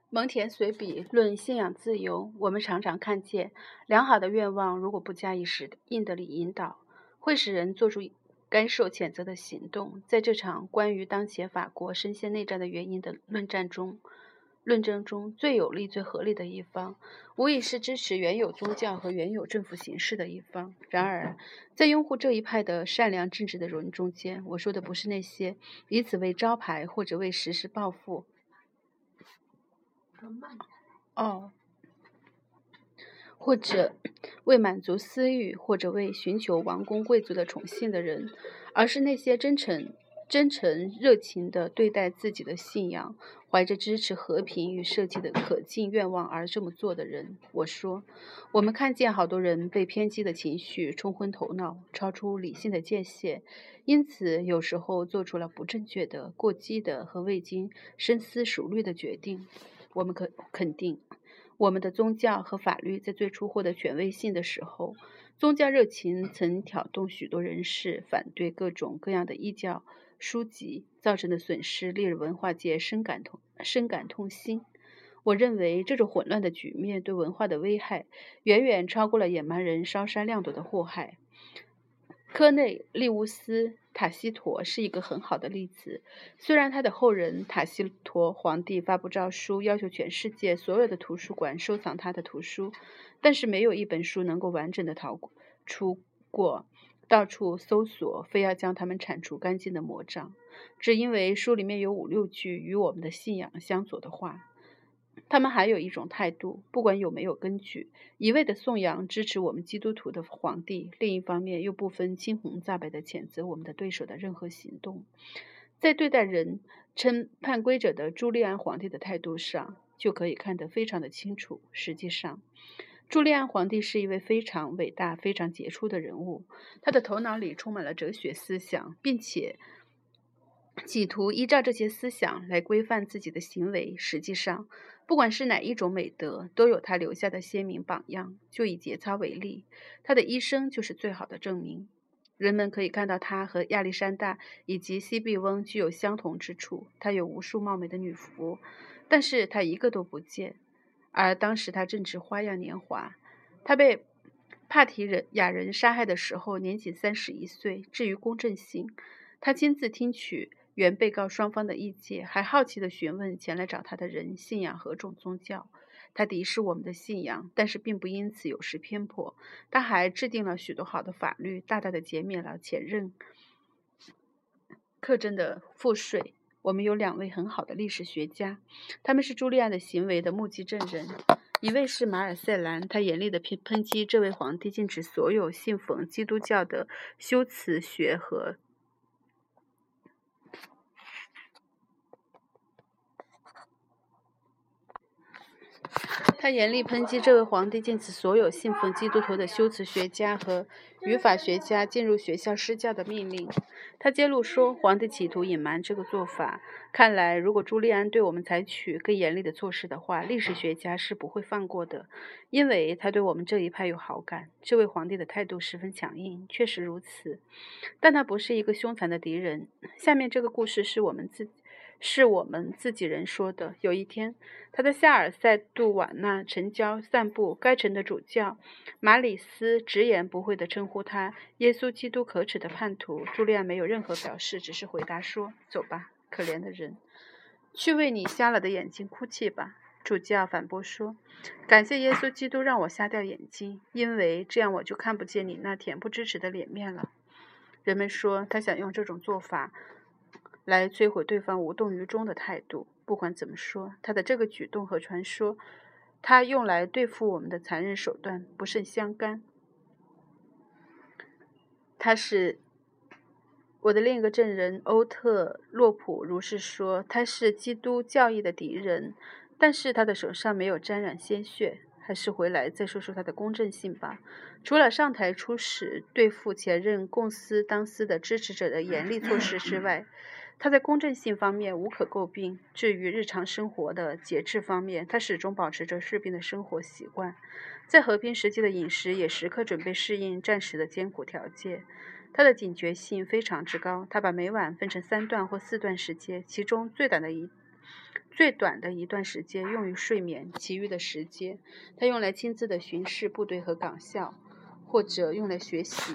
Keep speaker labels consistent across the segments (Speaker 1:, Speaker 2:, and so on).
Speaker 1: 蒙恬随笔论信仰自由，我们常常看见，良好的愿望如果不加以适应的引导，会使人做出该受谴责的行动。在这场关于当前法国深陷内战的原因的论证中，最有力、最合理的一方，无疑是支持原有宗教和原有政府形式的一方。然而，在拥护这一派的善良正直的人中间，我说的不是那些以此为招牌或者为实施抱负。或者为满足私欲，或者为寻求王公贵族的宠幸的人，而是那些真诚热情地对待自己的信仰，怀着支持和平与社稷的可敬愿望而这么做的人。我说，我们看见好多人被偏激的情绪冲昏头脑，超出理性的界限，因此有时候做出了不正确的、过激的和未经深思熟虑的决定。我们肯定，我们的宗教和法律在最初获得权威性的时候，宗教热情曾挑动许多人士反对各种各样的异教书籍，造成的损失令人文化界深感痛心。我认为这种混乱的局面对文化的危害，远远超过了野蛮人烧杀掠夺的祸害。科内利乌斯·塔西佗是一个很好的例子。虽然他的后人塔西佗皇帝发布诏书，要求全世界所有的图书馆收藏他的图书，但是没有一本书能够完整的逃出过到处搜索，非要将它们铲除干净的魔障，只因为书里面有5、6句与我们的信仰相左的话。他们还有一种态度，不管有没有根据，一味的颂扬支持我们基督徒的皇帝，另一方面又不分青红皂白的谴责我们的对手的任何行动。在对待人称叛归者的朱利安皇帝的态度上，就可以看得非常的清楚。实际上，朱利安皇帝是一位非常伟大、非常杰出的人物，他的头脑里充满了哲学思想，并且企图依照这些思想来规范自己的行为。实际上，不管是哪一种美德，都有他留下的鲜明榜样。就以节操为例，他的一生就是最好的证明。人们可以看到他和亚历山大以及西庇翁具有相同之处，他有无数貌美的女仆，但是他一个都不见。而当时他正值花样年华，他被帕提亚人杀害的时候年仅31岁。至于公正性，他亲自听取原被告双方的意见，还好奇地询问前来找他的人信仰何种宗教。他敌视我们的信仰，但是并不因此有失偏颇。他还制定了许多好的法律，大大的减免了前任课征的赋税。我们有2位很好的历史学家，他们是朱利安的行为的目击证人。一位是马尔塞兰，他严厉地抨击这位皇帝禁止所有信奉基督教的修辞学和所有信奉基督徒的修辞学家和语法学家进入学校施教的命令。他揭露说，皇帝企图隐瞒这个做法。看来，如果朱利安对我们采取更严厉的措施的话，历史学家是不会放过的，因为他对我们这一派有好感。这位皇帝的态度十分强硬，确实如此，但他不是一个凶残的敌人。下面这个故事是我们自己人说的。有一天，他在夏尔塞杜瓦纳城郊散步，该城的主教马里斯直言不讳地称呼他耶稣基督可耻的叛徒。朱利安没有任何表示，只是回答说：“走吧，可怜的人，去为你瞎了的眼睛哭泣吧。”主教反驳说：“感谢耶稣基督让我瞎掉眼睛，因为这样我就看不见你那恬不知耻的脸面了。”人们说他想用这种做法来摧毁对方无动于衷的态度。不管怎么说，他的这个举动和传说他用来对付我们的残忍手段不甚相干。他是我的另一个证人欧特洛普如是说，他是基督教义的敌人，但是他的手上没有沾染鲜血。还是回来再说说他的公正性吧。除了上台出使对付前任共司当司的支持者的严厉措施之外，他在公正性方面无可诟病。至于日常生活的节制方面，他始终保持着士兵的生活习惯，在和平时期的饮食也时刻准备适应战时的艰苦条件。他的警觉性非常之高，他把每晚分成3段或4段时间，其中最短的最短的一段时间用于睡眠，其余的时间他用来亲自的巡视部队和岗校，或者用来学习。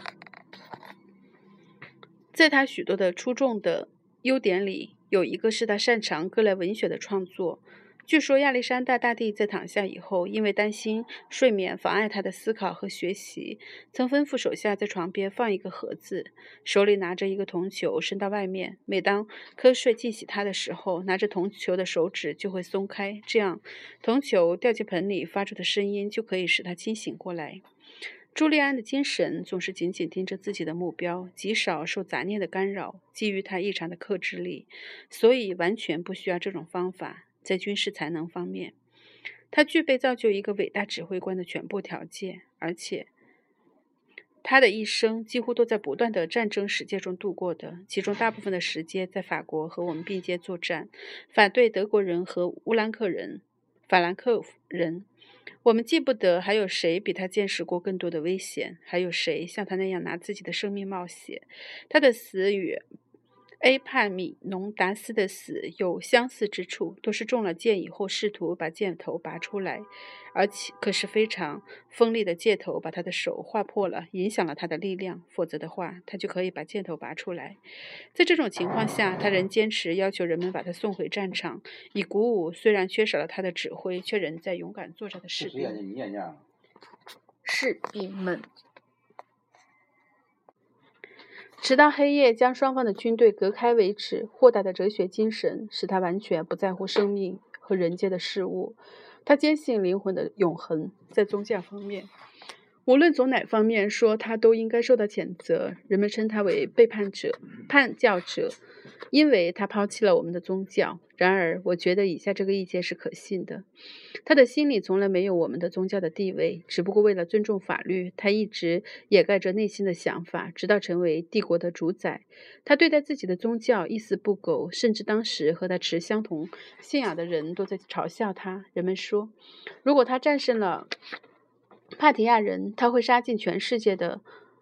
Speaker 1: 在他许多的出众的优点里，有一个是他擅长各类文学的创作。据说亚历山大大帝在躺下以后，因为担心睡眠妨碍他的思考和学习，曾吩咐手下在床边放一个盒子，手里拿着一个铜球伸到外面。每当瞌睡进洗他的时候，拿着铜球的手指就会松开，这样铜球掉进盆里发出的声音就可以使他清醒过来。朱利安的精神总是紧紧盯着自己的目标，极少受杂念的干扰。基于他异常的克制力，所以完全不需要这种方法。在军事才能方面，他具备造就一个伟大指挥官的全部条件，而且他的一生几乎都在不断的战争实践中度过的，其中大部分的时间在法国和我们并肩作战，反对德国人和法兰克人。我们记不得还有谁比他见识过更多的危险，还有谁像他那样拿自己的生命冒险。他的死与埃帕米农达斯的死有相似之处，都是中了箭以后试图把箭头拔出来，而且可是非常锋利的箭头把他的手划破了，影响了他的力量，否则的话他就可以把箭头拔出来。在这种情况下，他仍坚持要求人们把他送回战场，以鼓舞虽然缺少了他的指挥却仍在勇敢作战的士兵们。直到黑夜将双方的军队隔开为止，豁达的哲学精神使他完全不在乎生命和人间的事物。他坚信灵魂的永恒。在宗教方面，无论从哪方面说，他都应该受到谴责。人们称他为背叛教者，因为他抛弃了我们的宗教。然而，我觉得以下这个意见是可信的：他的心里从来没有我们的宗教的地位，只不过为了尊重法律，他一直掩盖着内心的想法，直到成为帝国的主宰。他对待自己的宗教一丝不苟，甚至当时和他持相同信仰的人都在嘲笑他。人们说，如果他战胜了帕提亚人，他会杀尽全世界的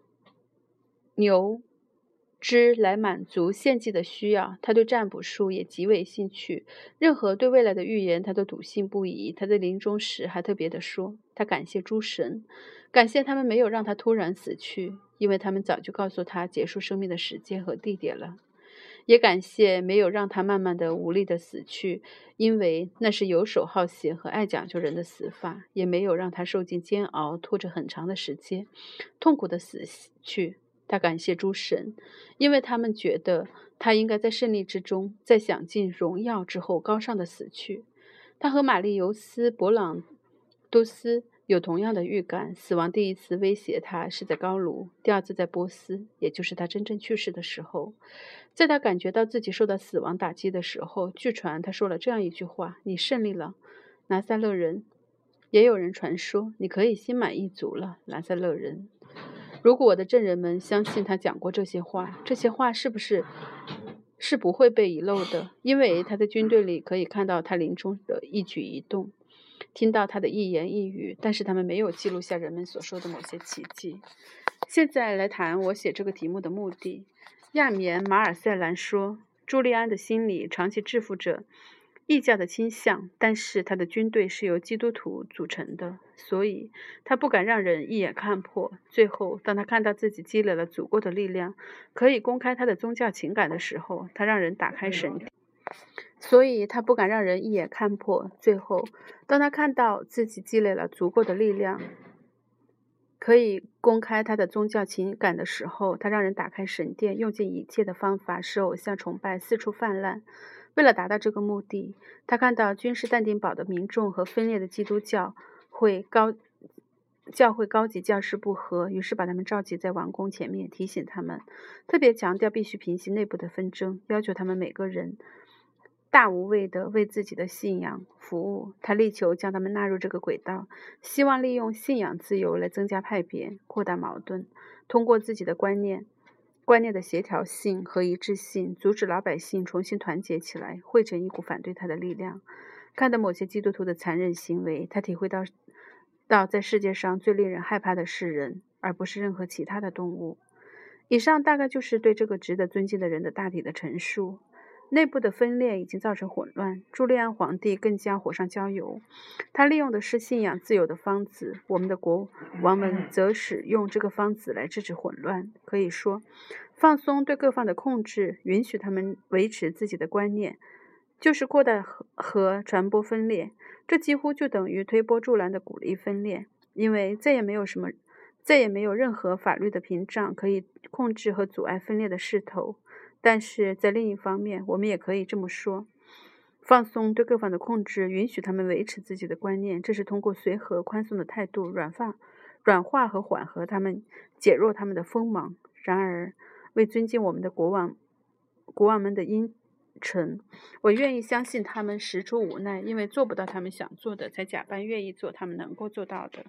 Speaker 1: 牛只来满足献祭的需要。他对占卜术也极为兴趣，任何对未来的预言他都笃信不疑。他在临终时还特别地说，他感谢诸神，感谢他们没有让他突然死去，因为他们早就告诉他结束生命的时间和地点了。也感谢没有让他慢慢的无力的死去，因为那是游手好闲和爱讲究人的死法。也没有让他受尽煎熬，拖着很长的时间痛苦的死去。他感谢诸神，因为他们觉得他应该在胜利之中，在享尽荣耀之后高尚的死去。他和玛丽尤斯·勃朗多斯有同样的预感，死亡第一次威胁他是在高卢，第二次在波斯，也就是他真正去世的时候。在他感觉到自己受到死亡打击的时候，据传他说了这样一句话：你胜利了，拿撒勒人。也有人传说，你可以心满意足了，拿撒勒人。如果我的证人们相信他讲过这些话，这些话是不会被遗漏的，因为他在军队里可以看到他临终的一举一动，听到他的一言一语，但是他们没有记录下人们所说的某些奇迹。现在来谈我写这个题目的目的。亚棉·马尔塞兰说，朱利安的心里长期支付着异教的倾向，但是他的军队是由基督徒组成的，所以他不敢让人一眼看破。最后，当他看到自己积累了足够的力量，可以公开他的宗教情感的时候，他让人打开神殿。所以他不敢让人一眼看破。最后，当他看到自己积累了足够的力量，可以公开他的宗教情感的时候，他让人打开神殿，用尽一切的方法使偶像崇拜四处泛滥。为了达到这个目的，他看到君士坦丁堡的民众和分裂的基督教会高级教士不和，于是把他们召集在王宫前面，提醒他们，特别强调必须平息内部的纷争，要求他们每个人大无畏地为自己的信仰服务。他力求将他们纳入这个轨道，希望利用信仰自由来增加派别，扩大矛盾，通过自己的观念的协调性和一致性，阻止老百姓重新团结起来，汇成一股反对他的力量。看到某些基督徒的残忍行为，他体会到在世界上最令人害怕的是人，而不是任何其他的动物。以上大概就是对这个值得尊敬的人的大体的陈述。 内部的分裂已经造成混乱。朱利安皇帝更加火上浇油，他利用的是信仰自由的方子，我们的国王们则使用这个方子来制止混乱。可以说，放松对各方的控制，允许他们维持自己的观念，就是扩大和传播分裂。这几乎就等于推波助澜的鼓励分裂，因为再也没有任何法律的屏障可以控制和阻碍分裂的势头。但是在另一方面，我们也可以这么说，放松对各方的控制，允许他们维持自己的观念，这是通过随和宽松的态度软化和缓和他们，减弱他们的锋芒。然而，为尊敬我们的国王们的殷诚，我愿意相信他们实出无奈，因为做不到他们想做的，才假扮愿意做他们能够做到的。